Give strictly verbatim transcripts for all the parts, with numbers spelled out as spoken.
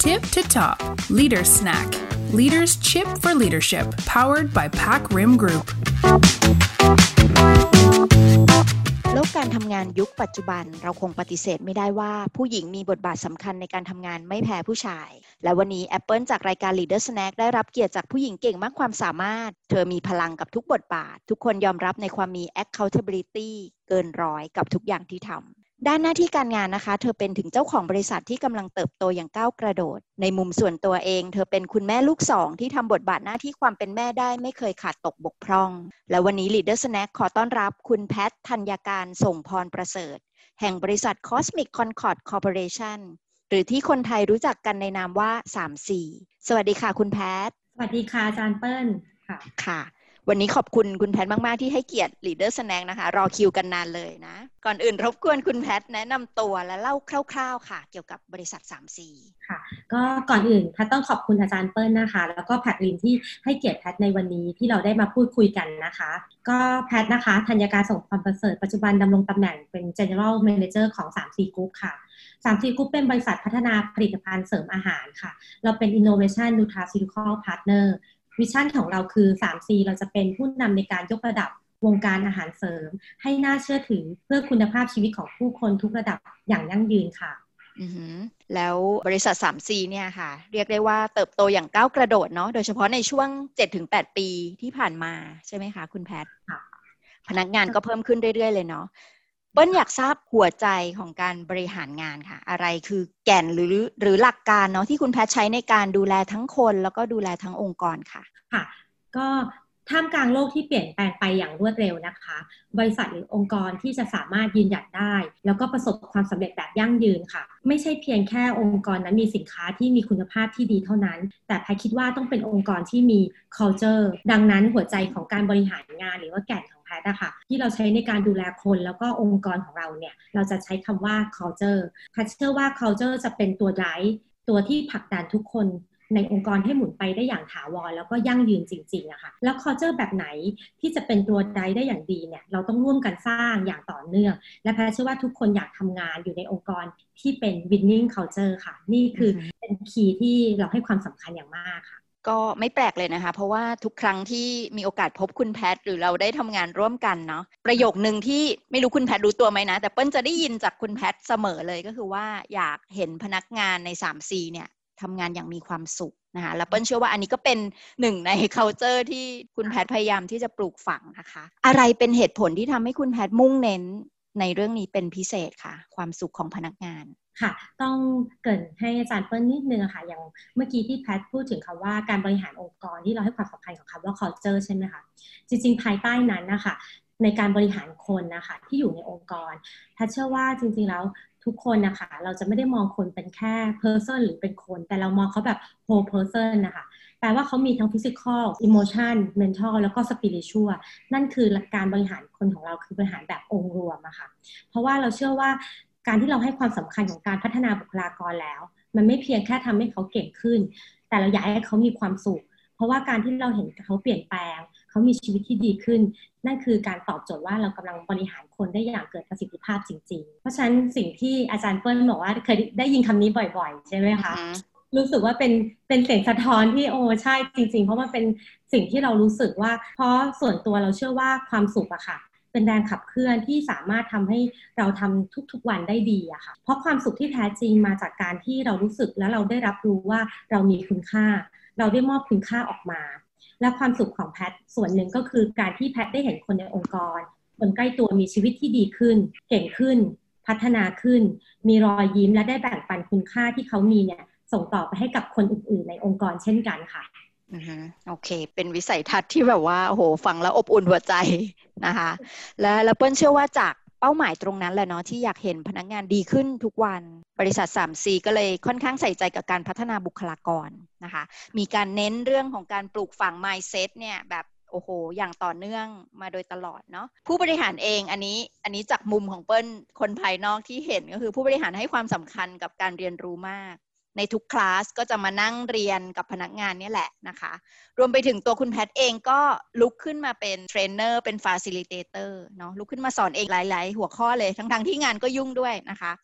Tip to Top Leader Snack Leaders Chip for Leadership Powered by Pac Rim Group โลกการทำงานยุคปัจจุบันเราคงปฏิเสธไม่ได้ว่าผู้หญิงมีบทบาทสำคัญในการทำงานไม่แพ้ผู้ชายและวันนี้ Apple จากรายการ Leader Snack ได้รับเกียรติจากผู้หญิงเก่งมากความสามารถเธอมีพลังกับทุกบทบาททุกคนยอมรับในความมี accountability เกินร้อยกับทุกอย่างที่ทำด้านหน้าที่การงานนะคะเธอเป็นถึงเจ้าของบริษัทที่กำลังเติบโตอย่างก้าวกระโดดในมุมส่วนตัวเองเธอเป็นคุณแม่ลูกสองที่ทำบทบาทหน้าที่ความเป็นแม่ได้ไม่เคยขาดตกบกพร่องและวันนี้ Leader Snack ขอต้อนรับคุณแพทธัญการส่งพรประเสริฐแห่งบริษัท Cosmic Concord Corporation หรือที่คนไทยรู้จักกันในนามว่า สามซี สวัสดีค่ะคุณแพทสวัสดีค่ะอาจารย์เปิ้ลค่ะค่ะวันนี้ขอบคุณคุณแพทมากๆที่ให้เกียรติ Leader Snack นะคะรอคิวกันนานเลยนะก่อนอื่นรบกวนคุณแพทแนะนำตัวและเล่าคร่าวๆค่ะเกี่ยวกับบริษัท สามซีค่ะก็ก่อนอื่นแพทต้องขอบคุณอาจารย์เปิ้ลนะคะแล้วก็แพทลินที่ให้เกียรติแพทในวันนี้ที่เราได้มาพูดคุยกันนะคะก็แพทนะคะธัญการส่งพรประเสริฐปัจจุบันดำรงตำแหน่งเป็น General Manager ของ สามซี Group ค่ะ สามซี Group เป็นบริษัทพัฒนาผลิตภัณฑ์เสริมอาหารค่ะเราเป็น Innovation Nutraceutical Partnerวิชั่นของเราคือ สามซี เราจะเป็นผู้นำในการยกระดับวงการอาหารเสริมให้น่าเชื่อถือเพื่อคุณภาพชีวิตของผู้คนทุกระดับอย่างยั่งยืนค่ะอือหือแล้วบริษัท สามซี เนี่ยค่ะเรียกได้ว่าเติบโตอย่างก้าวกระโดดเนาะโดยเฉพาะในช่วง เจ็ดถึงแปด ปีที่ผ่านมาใช่ไหมคะคุณแพทค่ะพนักงานก็เพิ่มขึ้นเรื่อยๆเลยเนาะเปิ้ลอยากทราบหัวใจของการบริหารงานค่ะอะไรคือแก่นหรือหรือหลักการเนาะที่คุณแพทใช้ในการดูแลทั้งคนแล้วก็ดูแลทั้งองค์กรค่ะค่ะก็ท่ามกลางโลกที่เปลี่ยนแปลงไปอย่างรวดเร็วนะคะบริษัทหรือองค์กรที่จะสามารถยืนหยัดได้แล้วก็ประสบความสำเร็จแบบยั่งยืนค่ะไม่ใช่เพียงแค่องค์กรนั้นมีสินค้าที่มีคุณภาพที่ดีเท่านั้นแต่แพทคิดว่าต้องเป็นองค์กรที่มี culture ดังนั้นหัวใจของการบริหารงานหรือว่าแก่นของแพทย์นะคะที่เราใช้ในการดูแลคนแล้วก็องค์กรของเราเนี่ยเราจะใช้คำว่า culture แพทเชื่อว่า culture จะเป็นตัวไดรฟ์ตัวที่ผลักดันทุกคนในองค์กรให้หมุนไปได้อย่างถาวรแล้วก็ยั่งยืนจริงๆอะค่ะแล้ว culture แบบไหนที่จะเป็นตัวไดรฟ์ได้อย่างดีเนี่ยเราต้องร่วมกันสร้างอย่างต่อเนื่องและแพทย์เชื่อว่าทุกคนอยากทำงานอยู่ในองค์กรที่เป็น winning culture ค่ะนี่คือเป็นคีย์ที่เราให้ความสำคัญอย่างมากค่ะก็ไม่แปลกเลยนะคะเพราะว่าทุกครั้งที่มีโอกาสพบคุณแพทหรือเราได้ทำงานร่วมกันเนาะประโยคนึงที่ไม่รู้คุณแพทรู้ตัวไหมนะแต่เปิ้ลจะได้ยินจากคุณแพทเสมอเลยก็คือว่าอยากเห็นพนักงานใน สามซี เนี่ยทำงานอย่างมีความสุขนะคะแล้วเปิ้ลเชื่อว่าอันนี้ก็เป็นหนึ่งใน culture ที่คุณแพทพยายามที่จะปลูกฝังนะคะอะไรเป็นเหตุผลที่ทำให้คุณแพทมุ่งเน้นในเรื่องนี้เป็นพิเศษค่ะความสุขของพนักงานค่ะต้องเกริ่นให้อาจารย์เปิ้ลนิดนึงค่ะอย่างเมื่อกี้ที่แพทพูดถึงคำว่าการบริหารองค์กรที่เราให้ความสำคัญของคำว่า culture ใช่ไหมคะจริงๆภายใต้นั้นนะคะในการบริหารคนนะคะที่อยู่ในองค์กรแพทเชื่อว่าจริงๆแล้วทุกคนนะคะเราจะไม่ได้มองคนเป็นแค่ person หรือเป็นคนแต่เรามองเขาแบบ whole person นะคะแปลว่าเขามีทั้ง physical emotion mental แล้วก็ spiritual นั่นคือการบริหารคนของเราคือบริหารแบบองค์รวมอะค่ะเพราะว่าเราเชื่อว่าการที่เราให้ความสำคัญของการพัฒนาบุคลากรแล้วมันไม่เพียงแค่ทำให้เขาเก่งขึ้นแต่เราอยากให้เขามีความสุขเพราะว่าการที่เราเห็นเขาเปลี่ยนแปลงเขามีชีวิตที่ดีขึ้นนั่นคือการตอบโจทย์ว่าเรากำลังบริหารคนได้อย่างเกิดประสิทธิภาพจริงๆเพราะฉะนั้นสิ่งที่อาจารย์เปิ้ลบอกว่าเคยได้ยินคำนี้บ่อยๆใช่ไหมคะ uh-huh. รู้สึกว่าเป็นเป็นเสียงสะท้อนที่โอ้ใช่จริงๆเพราะมันเป็นสิ่งที่เรารู้สึกว่าเพราะส่วนตัวเราเชื่อว่าความสุขอะค่ะเป็นแรงขับเคลื่อนที่สามารถทำให้เราทำทุกๆวันได้ดีอะค่ะเพราะความสุขที่แท้จริงมาจากการที่เรารู้สึกและเราได้รับรู้ว่าเรามีคุณค่าเราได้มอบคุณค่าออกมาและความสุขของแพทส่วนหนึ่งก็คือการที่แพทได้เห็นคนในองค์กรคนใกล้ตัวมีชีวิตที่ดีขึ้นเก่งขึ้นพัฒนาขึ้นมีรอยยิ้มและได้แบ่งปันคุณค่าที่เขามีเนี่ยส่งต่อไปให้กับคนอื่นๆในองค์กรเช่นกันค่ะอือฮึโอเคเป็นวิสัยทัศน์ที่แบบว่าโอ้โหฟังแล้วอบอุ่นหัวใจนะคะและแล้วเปิ้ลเชื่อว่าจากเป้าหมายตรงนั้นแหละเนาะที่อยากเห็นพนักงานดีขึ้นทุกวันบริษัท สามซี ก็เลยค่อนข้างใส่ใจกับการพัฒนาบุคลากรนะคะมีการเน้นเรื่องของการปลูกฝัง mindset เนี่ยแบบโอ้โหอย่างต่อเนื่องมาโดยตลอดเนาะผู้บริหารเองอันนี้อันนี้จากมุมของเปิ้ลคนภายนอกที่เห็นก็คือผู้บริหารให้ความสำคัญกับการเรียนรู้มากในทุกคลาสก็จะมานั่งเรียนกับพนักงานนี่แหละนะคะรวมไปถึงตัวคุณแพทเองก็ลุกขึ้นมาเป็นเทรนเนอร์เป็นฟาซิลิเตเตอร์เนาะลุกขึ้นมาสอนเองหลายๆหัวข้อเลยทั้งๆที่งานก็ยุ่งด้วยนะคะ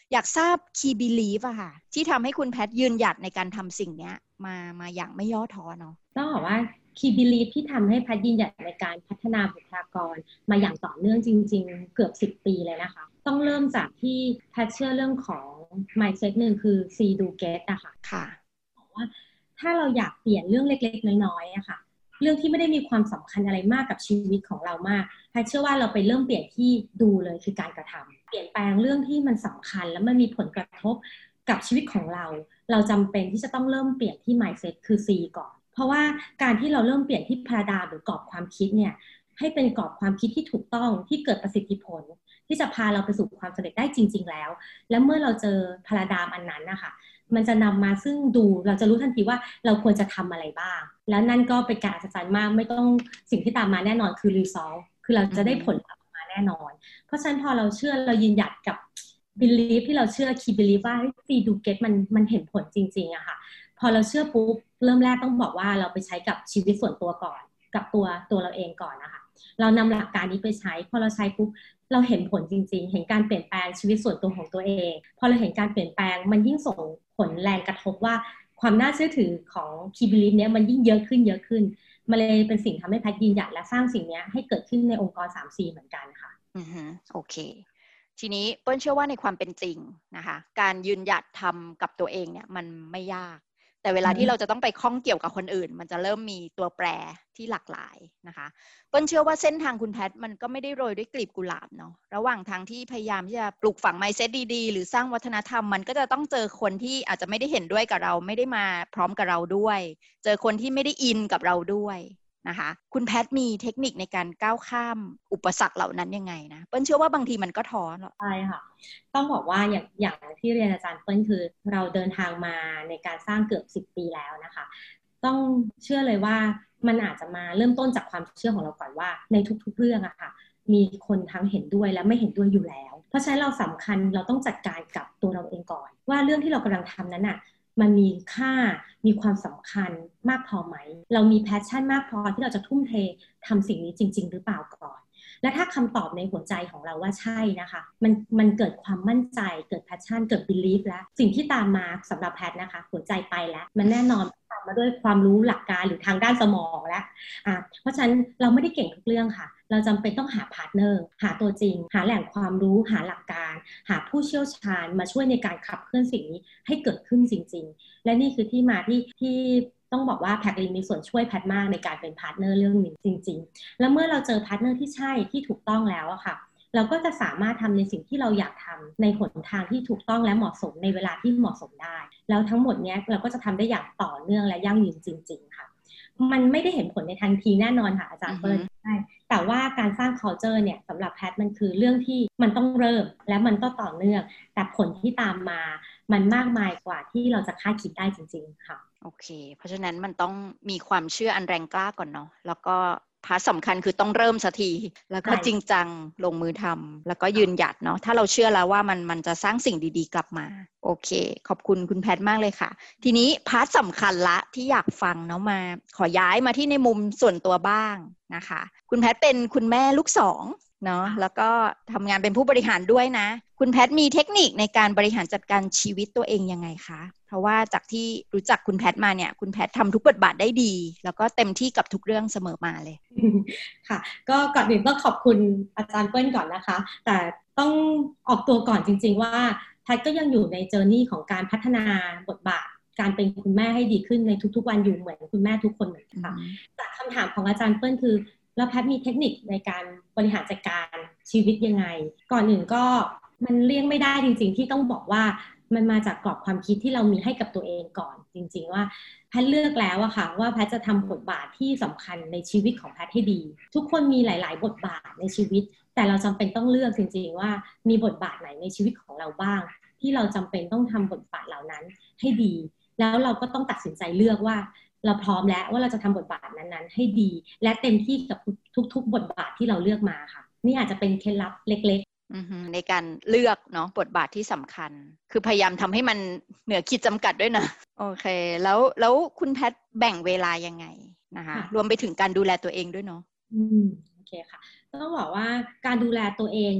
อยากทราบ key belief อะค่ะที่ทำให้คุณแพทยืนหยัดในการทำสิ่งนี้มามาอย่างไม่ย่อท้อเนาะต้องบอกว่า key belief ที่ทำให้แพทยืนหยัดในการพัฒนาบุคลากรมาอย่างต่อเนื่องจริงๆเกือบสิบปีเลยนะคะต้องเริ่มจากที่แพทเชื่อเรื่องของ mindset หนึ่งคือ see do get อะค่ะค่ะบอกว่าถ้าเราอยากเปลี่ยนเรื่องเล็กๆน้อยๆอะค่ะเรื่องที่ไม่ได้มีความสำคัญอะไรมากกับชีวิตของเรามากแพทเชื่อว่าเราไปเริ่มเปลี่ยนที่ดูเลยคือการกระทำเปลี่ยนแปลงเรื่องที่มันสำคัญแล้วมันมีผลกระทบกับชีวิตของเราเราจำเป็นที่จะต้องเริ่มเปลี่ยนที่ mindset คือ C ก่อนเพราะว่าการที่เราเริ่มเปลี่ยนที่พาราดาหรือกรอบความคิดเนี่ยให้เป็นกรอบความคิดที่ถูกต้องที่เกิดประสิทธิผลที่จะพาเราไปสู่ความสำเร็จได้จริงๆแล้วและเมื่อเราเจอพาราดาอันนั้นนะคะมันจะนำมาซึ่งดูเราจะรู้ทันทีว่าเราควรจะทำอะไรบ้างแล้วนั่นก็เป็นการอัศจรรย์มากไม่ต้องสิ่งที่ตามมาแน่นอนคือ result คือเราจะได้ผลออกมาแน่นอนเพราะฉะนั้นพอเราเชื่อเรายืนหยัดกับ belief ที่เราเชื่อ key belief ว่า see do get มันมันเห็นผลจริงๆอะค่ะพอเราเชื่อปุ๊บเริ่มแรกต้องบอกว่าเราไปใช้กับชีวิตส่วนตัวก่อนกับตัวตัวเราเองก่อนนะคะเรานำหลักการนี้ไปใช้พอเราใช้ปุ๊บเราเห็นผลจริงๆเห็นการเปลี่ยนแปลงชีวิตส่วนตัวของตัวเองพอเราเห็นการเปลี่ยนแปลงมันยิ่งส่งผลแรงกระทบว่าความน่าเชื่อถือของ key belief เนี้ยมันยิ่งเยอะขึ้นเยอะขึ้นมันเลยเป็นสิ่งทำให้แพทยืนหยัดและสร้างสิ่งนี้ให้เกิดขึ้นในองค์กร ทรี ซี เหมือนกันค่ะอือฮึโอเคทีนี้เปิ้ลเชื่อว่าในความเป็นจริงนะคะการยืนหยัดทำกับตัวเองเนี่ยมันไม่ยากแต่เวลาที่เราจะต้องไปข้องเกี่ยวกับคนอื่นมันจะเริ่มมีตัวแปรที่หลากหลายนะคะเปิ้ลเชื่อว่าเส้นทางคุณแพทมันก็ไม่ได้โรยด้วยกลีบกุหลาบเนาะระหว่างทางที่พยายามที่จะปลูกฝัง mindset ดีๆหรือสร้างวัฒนธรรมมันก็จะต้องเจอคนที่อาจจะไม่ได้เห็นด้วยกับเราไม่ได้มาพร้อมกับเราด้วยเจอคนที่ไม่ได้อินกับเราด้วยนะคะคุณแพทมีเทคนิคในการก้าวข้ามอุปสรรคเหล่านั้นยังไงนะเปิ้ลเชื่อว่าบางทีมันก็ท้อเนาะใช่ค่ะต้องบอกว่าอย่างอย่างที่เรียนอาจารย์เปิ้ลคือเราเดินทางมาในการสร้างเกือบสิบปีแล้วนะคะต้องเชื่อเลยว่ามันอาจจะมาเริ่มต้นจากความเชื่อของเราก่อนว่าในทุกๆเรื่องอะค่ะมีคนทั้งเห็นด้วยและไม่เห็นด้วยอยู่แล้วเพราะฉะนั้นเราสำคัญเราต้องจัดการกับตัวเราเองก่อนว่าเรื่องที่เรากำลังทำนั้นอะมันมีค่ามีความสำคัญมากพอไหมเรามีแพชชั่นมากพอที่เราจะทุ่มเททำสิ่งนี้จริงๆหรือเปล่าก่อนและถ้าคำตอบในหัวใจของเราว่าใช่นะคะมันมันเกิดความมั่นใจเกิดแพชชั่นเกิด belief แล้วสิ่งที่ตามมาสำหรับแพทนะคะหัวใจไปแล้วมันแน่นอนตามมาด้วยความรู้หลักการหรือทางด้านสมองแล้วอ่ะเพราะฉะนั้นเราไม่ได้เก่งทุกเรื่องค่ะเราจำเป็นต้องหาพาร์ทเนอร์หาตัวจริงหาแหล่งความรู้หาหลักการหาผู้เชี่ยวชาญมาช่วยในการขับเคลื่อนสิ่งนี้ให้เกิดขึ้นจริงๆและนี่คือที่มาที่ที่ต้องบอกว่าแพทลินมีส่วนช่วยแพทมากในการเป็นพาร์ทเนอร์เรื่องนี้จริงๆแล้วเมื่อเราเจอพาร์ทเนอร์ที่ใช่ที่ถูกต้องแล้วอะค่ะเราก็จะสามารถทำในสิ่งที่เราอยากทำในหนทางที่ถูกต้องและเหมาะสมในเวลาที่เหมาะสมได้แล้วทั้งหมดนี้เราก็จะทำได้อย่างต่อเนื่องและยั่งยืนจริงๆค่ะมันไม่ได้เห็นผลในทันทีแน่นอนค่ะอาจารย์เปิ้ลใช่แต่ว่าการสร้าง culture เนี่ยสำหรับแพทมันคือเรื่องที่มันต้องเริ่มและมันต้องต่อเนื่องแต่ผลที่ตามมามันมากมายกว่าที่เราจะคาดคิดได้จริงๆค่ะโอเคเพราะฉะนั้นมันต้องมีความเชื่ออันแรงกล้าก่อนเนาะแล้วก็พาร์ทสำคัญคือต้องเริ่มสักทีแล้วก็จริงจังลงมือทำแล้วก็ยืนหยัดเนาะถ้าเราเชื่อแล้วว่ามันมันจะสร้างสิ่งดีๆกลับมาโอเคขอบคุณคุณแพทมากเลยค่ะทีนี้พาร์ทสำคัญละที่อยากฟังเนาะมาขอย้ายมาที่ในมุมส่วนตัวบ้างนะคะคุณแพทเป็นคุณแม่ลูกสองเนาะแล้วก็ทำงานเป็นผู้บริหารด้วยนะคุณแพทมีเทคนิคในการบริหารจัดการชีวิตตัวเองยังไงคะเพราะว่าจากที่รู้จักคุณแพทมาเนี่ยคุณแพททำทุกบทบาทได้ดีแล้วก็เต็มที่กับทุกเรื่องเสมอมาเลยค่ะก็ก่อนอื่นต้องขอบคุณอาจารย์เปิ้ลก่อนนะคะแต่ต้องออกตัวก่อนจริงๆว่าแพทก็ยังอยู่ในเจอร์นี่ของการพัฒนาบทบาทการเป็นคุณแม่ให้ดีขึ้นในทุกๆวันอยู่เหมือนคุณแม่ทุกคนเหมือนกันค่ะจากคำถามของอาจารย์เปิ้ลคือแล้วแพทมีเทคนิคในการบริหารจัดการชีวิตยังไงก่อนอื่นก็มันเลี่ยงไม่ได้จริงๆที่ต้องบอกว่ามันมาจากกรอบความคิดที่เรามีให้กับตัวเองก่อนจริงๆว่าแพทเลือกแล้วอะค่ะว่าแพทจะทำบทบาทที่สำคัญในชีวิตของแพทให้ดีทุกคนมีหลายๆบทบาทในชีวิตแต่เราจำเป็นต้องเลือกจริงๆว่ามีบทบาทไหนในชีวิตของเราบ้างที่เราจำเป็นต้องทำบทบาทเหล่านั้นให้ดีแล้วเราก็ต้องตัดสินใจเลือกว่าเราพร้อมแล้วว่าเราจะทำบทบาทนั้นๆให้ดีและเต็มที่กับทุกๆบทบาทที่เราเลือกมาค่ะนี่อาจจะเป็นเคล็ดลับเล็กๆในการเลือกเนาะบทบาทที่สำคัญคือพยายามทำให้มันเหนือขีดจำกัดด้วยนะโอเคแล้วแล้วคุณแพทแบ่งเวลายังไงนะคะรวมไปถึงการดูแลตัวเองด้วยเนาะอืมโอเคค่ะต้องบอกว่าการดูแลตัวเองเนี่ย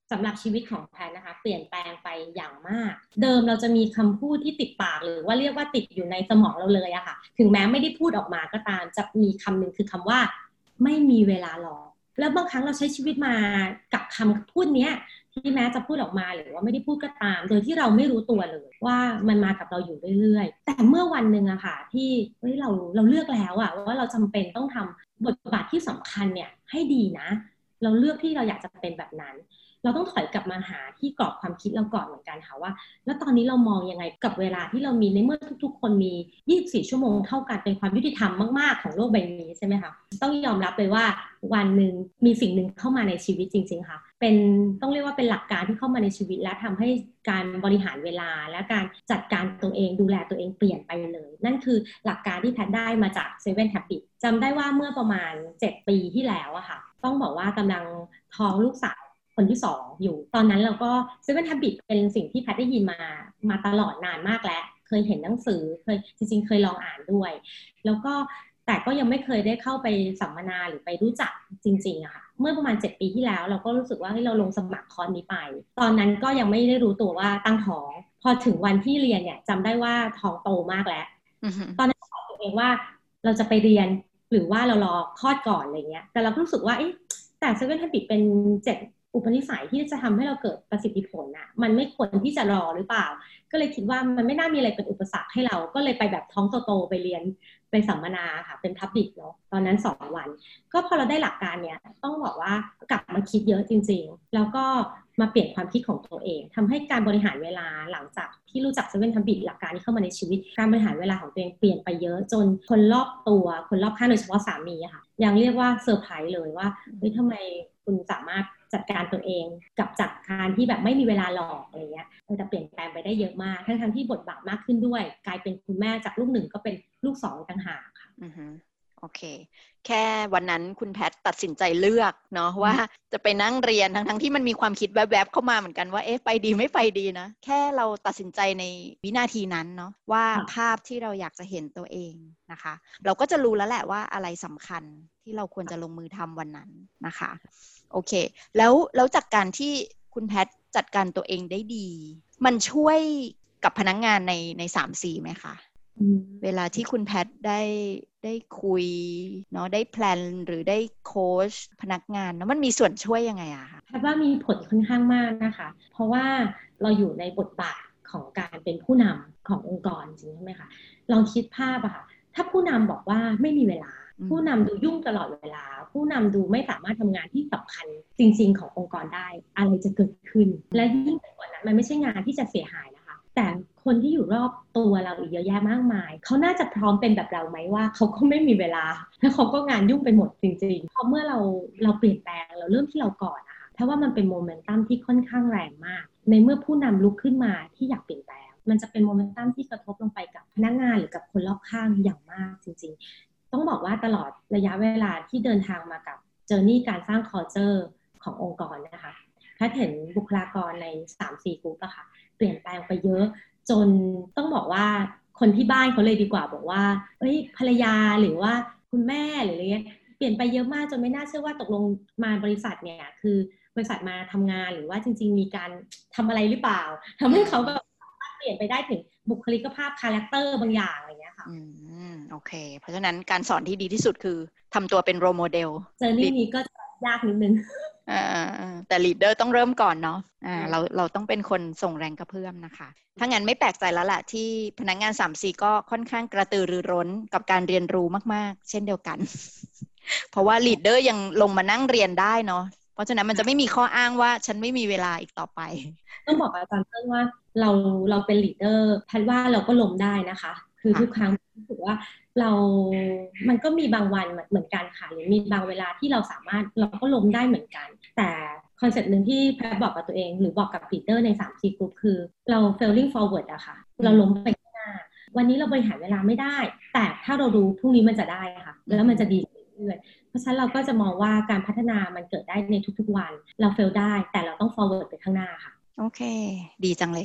สำหรับชีวิตของแพนนะคะเปลี่ยนแปลงไปอย่างมากเดิมเราจะมีคำพูดที่ติดปากหรือว่าเรียกว่าติดอยู่ในสมองเราเลยอะค่ะถึงแม้ไม่ได้พูดออกมาก็ตามจะมีคำหนึ่งคือคำว่าไม่มีเวลารอแล้วบางครั้งเราใช้ชีวิตมากับคำพูดนี้ที่แม้จะพูดออกมาหรือว่าไม่ได้พูดก็ตามโดยที่เราไม่รู้ตัวเลยว่ามันมากับเราอยู่เรื่อยๆแต่เมื่อวันหนึ่งอะค่ะที่เฮ้ยเราเราเลือกแล้วอะว่าเราจำเป็นต้องทำบทบาทที่สำคัญเนี่ยให้ดีนะเราเลือกที่เราอยากจะเป็นแบบนั้นเราต้องถอยกลับมาหาที่กรอบความคิดเราก่อนเหมือนกันค่ะว่าแล้วตอนนี้เรามองยังไงกับเวลาที่เรามีในเมื่อทุกๆคนมียี่สิบสี่ชั่วโมงเท่ากันเป็นความยุติธรรมมากๆของโลกใบนี้ใช่ไหมคะต้องยอมรับเลยว่าวันหนึ่งมีสิ่งหนึ่งเข้ามาในชีวิตจริงๆค่ะเป็นต้องเรียกว่าเป็นหลักการที่เข้ามาในชีวิตและทำให้การบริหารเวลาและการจัดการตัวเองดูแลตัวเองเปลี่ยนไปเลยนั่นคือหลักการที่แพทได้มาจาก เซเว่น Habits จำได้ว่าเมื่อประมาณเจ็ดปีที่แล้วอะค่ะต้องบอกว่ากำลังท้องลูกสาวคนที่สองอยู่ตอนนั้นเราก็ เซเว่น Habits เป็นสิ่งที่แพทได้ยินมามาตลอดนานมากแล้วเคยเห็นหนังสือเคยจริงๆเคยลองอ่านด้วยแล้วก็แต่ก็ยังไม่เคยได้เข้าไปสัมมนาหรือไปรู้จักจริงๆอะค่ะเมื่อประมาณเจ็ดปีที่แล้วเราก็รู้สึกว่าให้เราลงสมัครคอร์สนี้ไปตอนนั้นก็ยังไม่ได้รู้ตัวว่าตั้งท้องพอถึงวันที่เรียนเนี่ยจำได้ว่าท้องโตมากแล้ว uh-huh. ตอนนั้นบอกตัวเองว่าเราจะไปเรียนหรือว่าเรารอคลอดก่อนอะไรเงี้ยแต่เราก็รู้สึกว่าเอ๊ะแต่ เซเว่น Habits เป็นเจ็ดอุปนิสัยที่จะทำให้เราเกิดประสิทธิผลอะมันไม่ควรที่จะรอหรือเปล่าก็เลยคิดว่ามันไม่น่ามีอะไรเป็นอุปสรรคให้เราก็เลยไปแบบท้องโตๆไปเรียนไปสัมมนาค่ะเป็นพับลิกเนาะตอนนั้นสองวันก็พอเราได้หลักการเนี่ยต้องบอกว่ากลับมาคิดเยอะจริงๆแล้วก็มาเปลี่ยนความคิดของตัวเองทำให้การบริหารเวลาหลังจากที่รู้จัก เซเว่น Habits หลักการที่เข้ามาในชีวิตการบริหารเวลาของตัวเองเปลี่ยนไปเยอะจนคนรอบตัวคนรอบข้างโดยเฉพาะสามีอะค่ะยังเรียกว่าเซอร์ไพรส์เลยว่าเฮ้ยทำไมคุณสามารถจัดการตัวเองกับจากการที่แบบไม่มีเวลาหลอกอะไรเงี้ยจะเปลี่ยนแปลงไปได้เยอะมากทั้งๆที่บทบาทมากขึ้นด้วยกลายเป็นคุณแม่จากลูกหนึ่งก็เป็นลูกสองต่างหากค่ะอือฮึโอเคแค่วันนั้นคุณแพทตัดสินใจเลือกเนาะว่าจะไปนั่งเรียนทั้งๆที่มันมีความคิดแวบๆเข้ามาเหมือนกันว่าเอ๊ะไปดีไม่ไปดีนะแค่เราตัดสินใจในวินาทีนั้นเนาะว่าภาพที่เราอยากจะเห็นตัวเองนะคะเราก็จะรู้แล้วแหละว่าอะไรสำคัญที่เราควรจะลงมือทำวันนั้นนะคะโอเคแล้วแล้วจากการที่คุณแพทจัดการตัวเองได้ดีมันช่วยกับพนักงานในใน สาม ซี ไหมคะเวลาที่คุณแพทได้ได้คุยเนาะได้แพลนหรือได้โค้ชพนักงานแล้วมันมีส่วนช่วยยังไงอะคะแพทว่ามีผลค่อนข้างมากนะคะเพราะว่าเราอยู่ในบทบาทของการเป็นผู้นำขององค์กรจริงใช่ไหมคะลองคิดภาพอะค่ะถ้าผู้นำบอกว่าไม่มีเวลาผู้นำดูยุ่งตลอดเวลาผู้นำดูไม่สามารถทำงานที่สำคัญจริงๆขององค์กรได้อะไรจะเกิดขึ้นและยิ่งกว่านั้นมันไม่ใช่งานที่จะเสียหายนะคะแต่คนที่อยู่รอบตัวเราอีกเยอะแยะมากมายเขาน่าจะพร้อมเป็นแบบเราไหมว่าเขาก็ไม่มีเวลาแล้วเขาก็งานยุ่งไปหมดจริงๆพอเมื่อเราเราเปลี่ยนแปลงเราเริ่มที่เราก่อนนะคะเพราะว่ามันเป็นโมเมนตัมที่ค่อนข้างแรงมากในเมื่อผู้นำลุกขึ้นมาที่อยากเปลี่ยนแปลงมันจะเป็นโมเมนตัมที่กระทบลงไปกับพนักงานหรือกับคนรอบข้างอย่างมากจริงๆต้องบอกว่าตลอดระยะเวลาที่เดินทางมากับเจอร์นี่การสร้าง culture ขององค์กรนะคะถ้าเห็นบุคลากรใน สามสี่ กลุ่มอะค่ะเปลี่ยนแปลงไปเยอะจนต้องบอกว่าคนที่บ้านเขาเลยดีกว่าบอกว่าเอ้ยภรรยาหรือว่าคุณแม่หรืออะไรเงี้ยเปลี่ยนไปเยอะมากจนไม่น่าเชื่อว่าตกลงมาบริษัทเนี่ยคือบริษัทมาทำงานหรือว่าจริงๆมีการทำอะไรหรือเปล่าทำให้เขาแบบเปลี่ยนไปได้ถึงบุคลิกภาพคาแรคเตอร์บางอย่างอะไรเงี้ยค่ะอืมโอเคเพราะฉะนั้นการสอนที่ดีที่สุดคือทำตัวเป็นโรลโมเดลเจอร์นี่นี้ก็ยากนิดนึงอ่าแต่ลีดเดอร์ต้องเริ่มก่อนเนาะอ่าเราเราต้องเป็นคนส่งแรงกระเพื่อมนะคะถ้างั้นไม่แปลกใจแล้วล่ะที่พนักงาน สามซี ก็ค่อนข้างกระตือรือร้นกับการเรียนรู้มากๆเช่นเดียวกัน เพราะว่าลีดเดอร์ยังลงมานั่งเรียนได้เนาะเพราะฉะนั้นมันจะไม่มีข้ออ้างว่าฉันไม่มีเวลาอีกต่อไปต้องบอกอาจารย์เติ้ลว่าเราเราเป็นลีดเดอร์แพทว่าเราก็ล้มได้นะคะคือทุกครั้งรู้สึกว่าเรามันก็มีบางวันเหมือนกันค่ะหรือมีบางเวลาที่เราสามารถเราก็ล้มได้เหมือนกันแต่คอนเซ็ปต์นึงที่แพทบอกกับตัวเองหรือบอกกับลีดเดอร์ใน สามสี่ กลุ่มคือเรา failing forward อะค่ะเราล้มไปข้างหน้าวันนี้เราบริหารเวลาไม่ได้แต่ถ้าเรารู้พรุ่งนี้มันจะได้ค่ะแล้วมันจะดีเรื่อยๆเพราะฉะนั้นเราก็จะมองว่าการพัฒนามันเกิดได้ในทุกๆวันเรา fail ได้แต่เราต้อง forward ไปข้างหน้าค่ะโอเคดีจังเลยค่ะ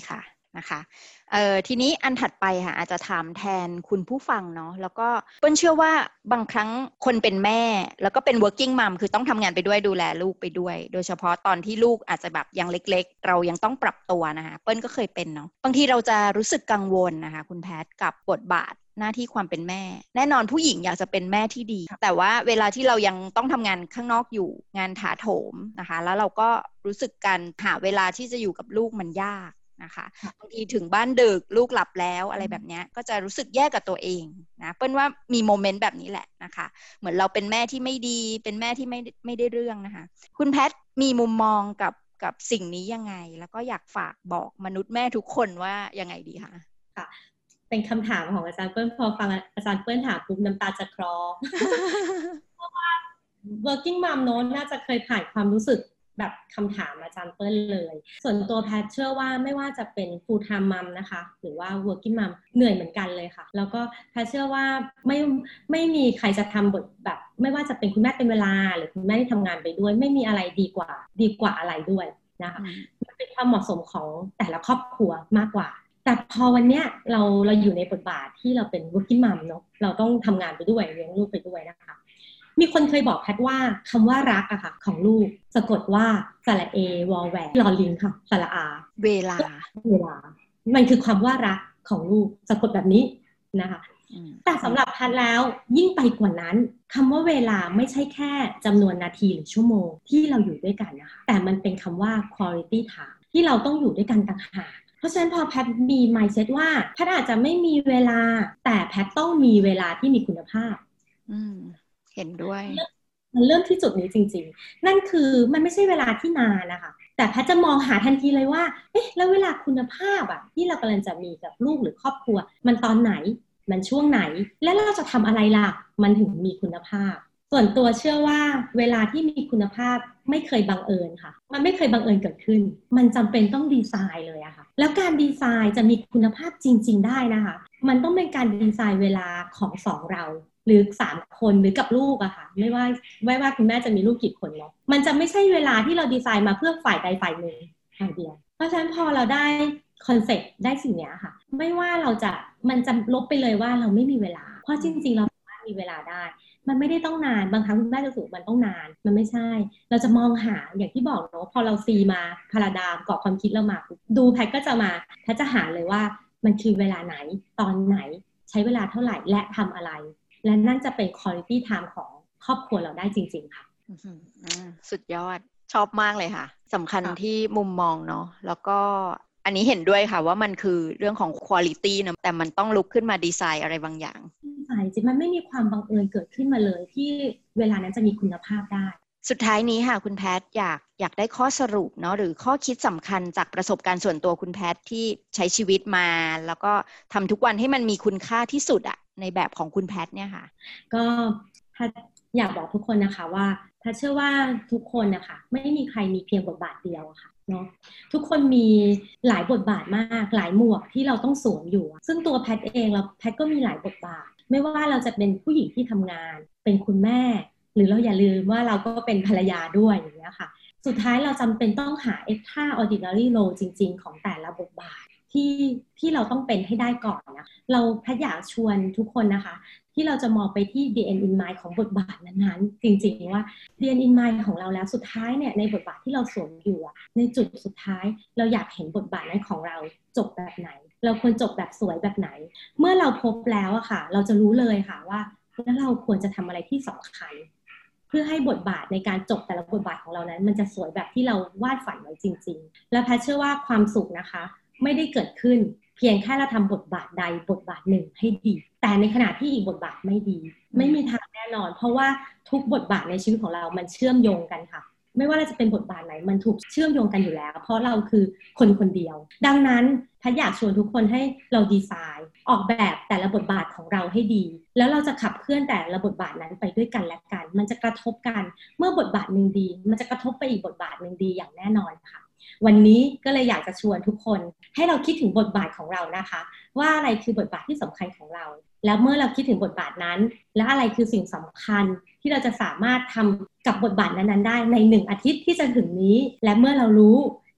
นะคะเอ่อทีนี้อันถัดไปค่ะอาจจะถามแทนคุณผู้ฟังเนาะแล้วก็เปิ้ลเชื่อว่าบางครั้งคนเป็นแม่แล้วก็เป็น working mom คือต้องทำงานไปด้วยดูแลลูกไปด้วยโดยเฉพาะตอนที่ลูกอาจจะแบบยังเล็กๆเรายังต้องปรับตัวนะคะเปิ้ลก็เคยเป็นเนาะบางทีเราจะรู้สึกกังวลนะคะคุณแพทกับบทบาทหน้าที่ความเป็นแม่แน่นอนผู้หญิงอยากจะเป็นแม่ที่ดีแต่ว่าเวลาที่เรายังต้องทำงานข้างนอกอยู่งานถาโถมนะคะแล้วเราก็รู้สึกการหาเวลาที่จะอยู่กับลูกมันยากนะคะบางทีถึงบ้านดึกลูกหลับแล้วอะไรแบบนี้ก็จะรู้สึกแย่กับตัวเองนะเปิ้ลว่ามีโมเมนต์แบบนี้แหละนะคะเหมือนเราเป็นแม่ที่ไม่ดีเป็นแม่ที่ไม่ไม่ได้เรื่องนะคะคุณแพทมีมุมมองกับกับสิ่งนี้ยังไงแล้วก็อยากฝากบอกมนุษย์แม่ทุกคนว่ายังไงดีคะค่ะเป็นคำถามของอาจารย์เปิ้ลพอฟังอาจารย์เปิ้ลถามปุ๊บน้ำตาจะคลอ เพราะว่า working mom โน้นน่าจะเคยผ่านความรู้สึกแบบคำถามอาจารย์เปิ้ลเลยส่วนตัวแพทเชื่อว่าไม่ว่าจะเป็น full time mom นะคะหรือว่า working mom เหนื่อยเหมือนกันเลยค่ะแล้วก็แพทเชื่อว่าไม่ไม่มีใครจะทำบทแบบไม่ว่าจะเป็นคุณแม่เป็นเวลาหรือคุณแม่ที่ทำงานไปด้วยไม่มีอะไรดีกว่าดีกว่าอะไรด้วยนะคะมันเป็นความเหมาะสมของแต่ละครอบครัวมากกว่าแต่พอวันเนี้ยเราเราอยู่ในบทบาทที่เราเป็น working mom เนาะเราต้องทำงานไปด้วยเลี้ยงลูกไปด้วยนะคะมีคนเคยบอกแพทว่าคำว่ารักอะค่ะของลูกสะกดว่าสระเอวอแหวนลอลิงค่ะสระอาเวลาเวลามันคือความว่ารักของลูกสะกดแบบนี้นะคะแต่สำหรับแพทแล้วยิ่งไปกว่านั้นคำว่าเวลาไม่ใช่แค่จำนวนนาทีหรือชั่วโมงที่เราอยู่ด้วยกันนะคะแต่มันเป็นคำว่า quality time ที่เราต้องอยู่ด้วยกันต่างหากเพราะฉะนั้นพอแพทมี mindset ว่าแพทอาจจะไม่มีเวลาแต่แพทต้องมีเวลาที่มีคุณภาพอืมเห็นด้วยมันเริ่มที่จุดนี้จริงๆนั่นคือมันไม่ใช่เวลาที่นานนะคะแต่แพทจะมองหาทันทีเลยว่าเอ๊ะแล้วเวลาคุณภาพอะที่เรากำลังจะมีกับลูกหรือครอบครัวมันตอนไหนมันช่วงไหนและเราจะทำอะไรล่ะมันถึงมีคุณภาพส่วนตัวเชื่อว่าเวลาที่มีคุณภาพไม่เคยบังเอิญค่ะมันไม่เคยบังเอิญเกิดขึ้นมันจำเป็นต้องดีไซน์เลยอะค่ะแล้วการดีไซน์จะมีคุณภาพจริงๆได้นะคะมันต้องเป็นการดีไซน์เวลาของสองเราหรือสามคนหรือกับลูกอะค่ะไม่ว่าไม่ว่าคุณแม่จะมีลูกกี่คนเนาะมันจะไม่ใช่เวลาที่เราดีไซน์มาเพื่อฝ่ายใดฝ่ายหนึ่งฝ่ายเดียวเพราะฉะนั้นพอเราได้คอนเซ็ปต์ได้สิ่งนี้ค่ะไม่ว่าเราจะมันจะลบไปเลยว่าเราไม่มีเวลาเพราะจริงๆเราสามารถมีเวลาได้มันไม่ได้ต้องนานบางครั้งคุณแม่จะสูงมันต้องนานมันไม่ใช่เราจะมองหาอย่างที่บอกเนาะพอเราซีมาพาราดามกรอบความคิดเรามาดูแพทก็จะมาแพทจะหาเลยว่ามันคือเวลาไหนตอนไหนใช้เวลาเท่าไหร่และทำอะไรและนั่นจะเป็น quality time ของครอบครัวเราได้จริงๆค่ะสุดยอดชอบมากเลยค่ะสำคัญที่มุมมองเนาะแล้วก็อันนี้เห็นด้วยค่ะว่ามันคือเรื่องของ quality นะแต่มันต้องลุกขึ้นมาดีไซน์อะไรบางอย่างใช่จริงมันไม่มีความบังเอิญเกิดขึ้นมาเลยที่เวลานั้นจะมีคุณภาพได้สุดท้ายนี้ค่ะคุณแพทอยากอยากได้ข้อสรุปเนาะหรือข้อคิดสำคัญจากประสบการณ์ส่วนตัวคุณแพทที่ใช้ชีวิตมาแล้วก็ทำทุกวันให้มันมีคุณค่าที่สุดอะในแบบของคุณแพทเนี่ยค่ะก็แพทอยากบอกทุกคนนะคะว่าแพทเชื่อว่าทุกคนนะคะไม่มีใครมีเพียงบทบาทเดียวอะค่ะเนาะทุกคนมีหลายบทบาทมากหลายหมวกที่เราต้องสวมอยู่ซึ่งตัวแพทเองเราแพทก็มีหลายบทบาทไม่ว่าเราจะเป็นผู้หญิงที่ทำงานเป็นคุณแม่หรือเราอย่าลืมว่าเราก็เป็นภรรยาด้วยอย่างเงี้ยค่ะสุดท้ายเราจำเป็นต้องหา extraordinary role จริงๆของแต่ละบทบาทที่ที่เราต้องเป็นให้ได้ก่อนนะเราแพทย์อยากชวนทุกคนนะคะที่เราจะมองไปที่ the end in mind ของบทบาทนั้นๆจริงๆว่า the end in mind ของเราแล้วสุดท้ายเนี่ยในบทบาทที่เราสวมอยู่ในจุดสุดท้ายเราอยากเห็นบทบาทนั้นของเราจบแบบไหนเราควรจบแบบสวยแบบไหนเมื่อเราพบแล้วอะค่ะเราจะรู้เลยค่ะว่าแล้วเราควรจะทำอะไรที่สำคัญเพื่อให้บทบาทในการจบแต่ละบทบาทของเรานั้นมันจะสวยแบบที่เราวาดฝันไว้จริงๆและแพทเชื่อว่าความสุขนะคะไม่ได้เกิดขึ้นเพียงแค่เราทำบทบาทใดบทบาทหนึ่งให้ดีแต่ในขณะที่อีกบทบาทไม่ดีไม่มีทางแน่นอนเพราะว่าทุกบทบาทในชีวิตของเรามันเชื่อมโยงกันค่ะไม่ว่าเราจะเป็นบทบาทไหนมันถูกเชื่อมโยงกันอยู่แล้วเพราะเราคือคนคนเดียวดังนั้นแพทย์อยากชวนทุกคนให้เราดีไซน์ออกแบบแต่ละบทบาทของเราให้ดีแล้วเราจะขับเคลื่อนแต่ละบทบาทนั้นไปด้วยกันและกันมันจะกระทบกันเมื่อบทบาทนึงดีมันจะกระทบไปอีกบทบาทนึงดีอย่างแน่นอนค่ะวันนี้ก็เลยอยากจะชวนทุกคนให้เราคิดถึงบทบาทของเรานะคะว่าอะไรคือบทบาทที่สำคัญของเราแล้วเมื่อเราคิดถึงบทบาทนั้นและอะไรคือสิ่งสำคัญที่เราจะสามารถทำกับบทบาทนั้นๆได้ในหนึ่งอาทิตย์ที่จะถึงนี้และเมื่อเรารู้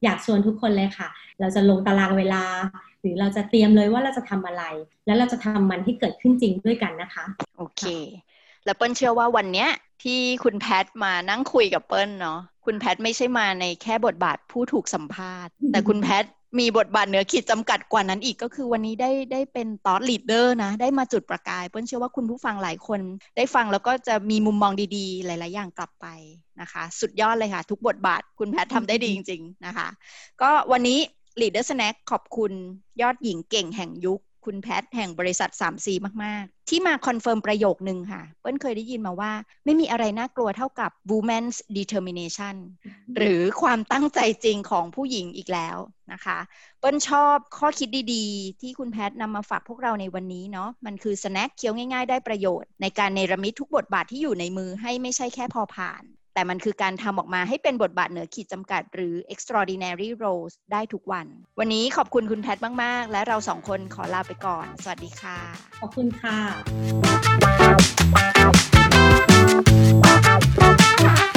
อยากชวนทุกคนเลยค่ะเราจะลงตารางเวลาหรือเราจะเตรียมเลยว่าเราจะทำอะไรแล้วเราจะทำมันให้เกิดขึ้นจริงด้วยกันนะคะโอเคแล้วเปิ้ลเชื่อว่าวันเนี้ยที่คุณแพทมานั่งคุยกับเปิ้ลเนาะคุณแพทไม่ใช่มาในแค่บทบาทผู้ถูกสัมภาษณ์ แต่คุณแพทมีบทบาทเหนือขีดจำกัดกว่านั้นอีกก็คือวันนี้ได้ได้เป็นทอทลีดเดอร์นะได้มาจุดประกายเปิ้ลเชื่อว่าคุณผู้ฟังหลายคนได้ฟังแล้วก็จะมีมุมมองดีๆหลายๆอย่างกลับไปนะคะสุดยอดเลยค่ะทุกบทบาทคุณแพททำได้ดีจริงๆนะคะก็วันนี้ Leader Snack ขอบคุณยอดหญิงเก่งแห่งยุคคุณแพทแห่งบริษัท ทรี ซี มากๆที่มาคอนเฟิร์มประโยคนึงค่ะเปิ้ลเคยได้ยินมาว่าไม่มีอะไรน่ากลัวเท่ากับ woman's determination หรือความตั้งใจจริงของผู้หญิงอีกแล้วนะคะเปิ้ลชอบข้อคิดดีๆที่คุณแพทนำมาฝากพวกเราในวันนี้เนาะมันคือสแน็คเคี้ยวง่ายๆได้ประโยชน์ในการเนรมิตทุกบทบาทที่อยู่ในมือให้ไม่ใช่แค่พอผ่านแต่มันคือการทำออกมาให้เป็นบทบาทเหนือขีดจำกัดหรือ extraordinary roles ได้ทุกวันวันนี้ขอบคุณคุณแพทมากๆและเราสองคนขอลาไปก่อนสวัสดีค่ะขอบคุณค่ะ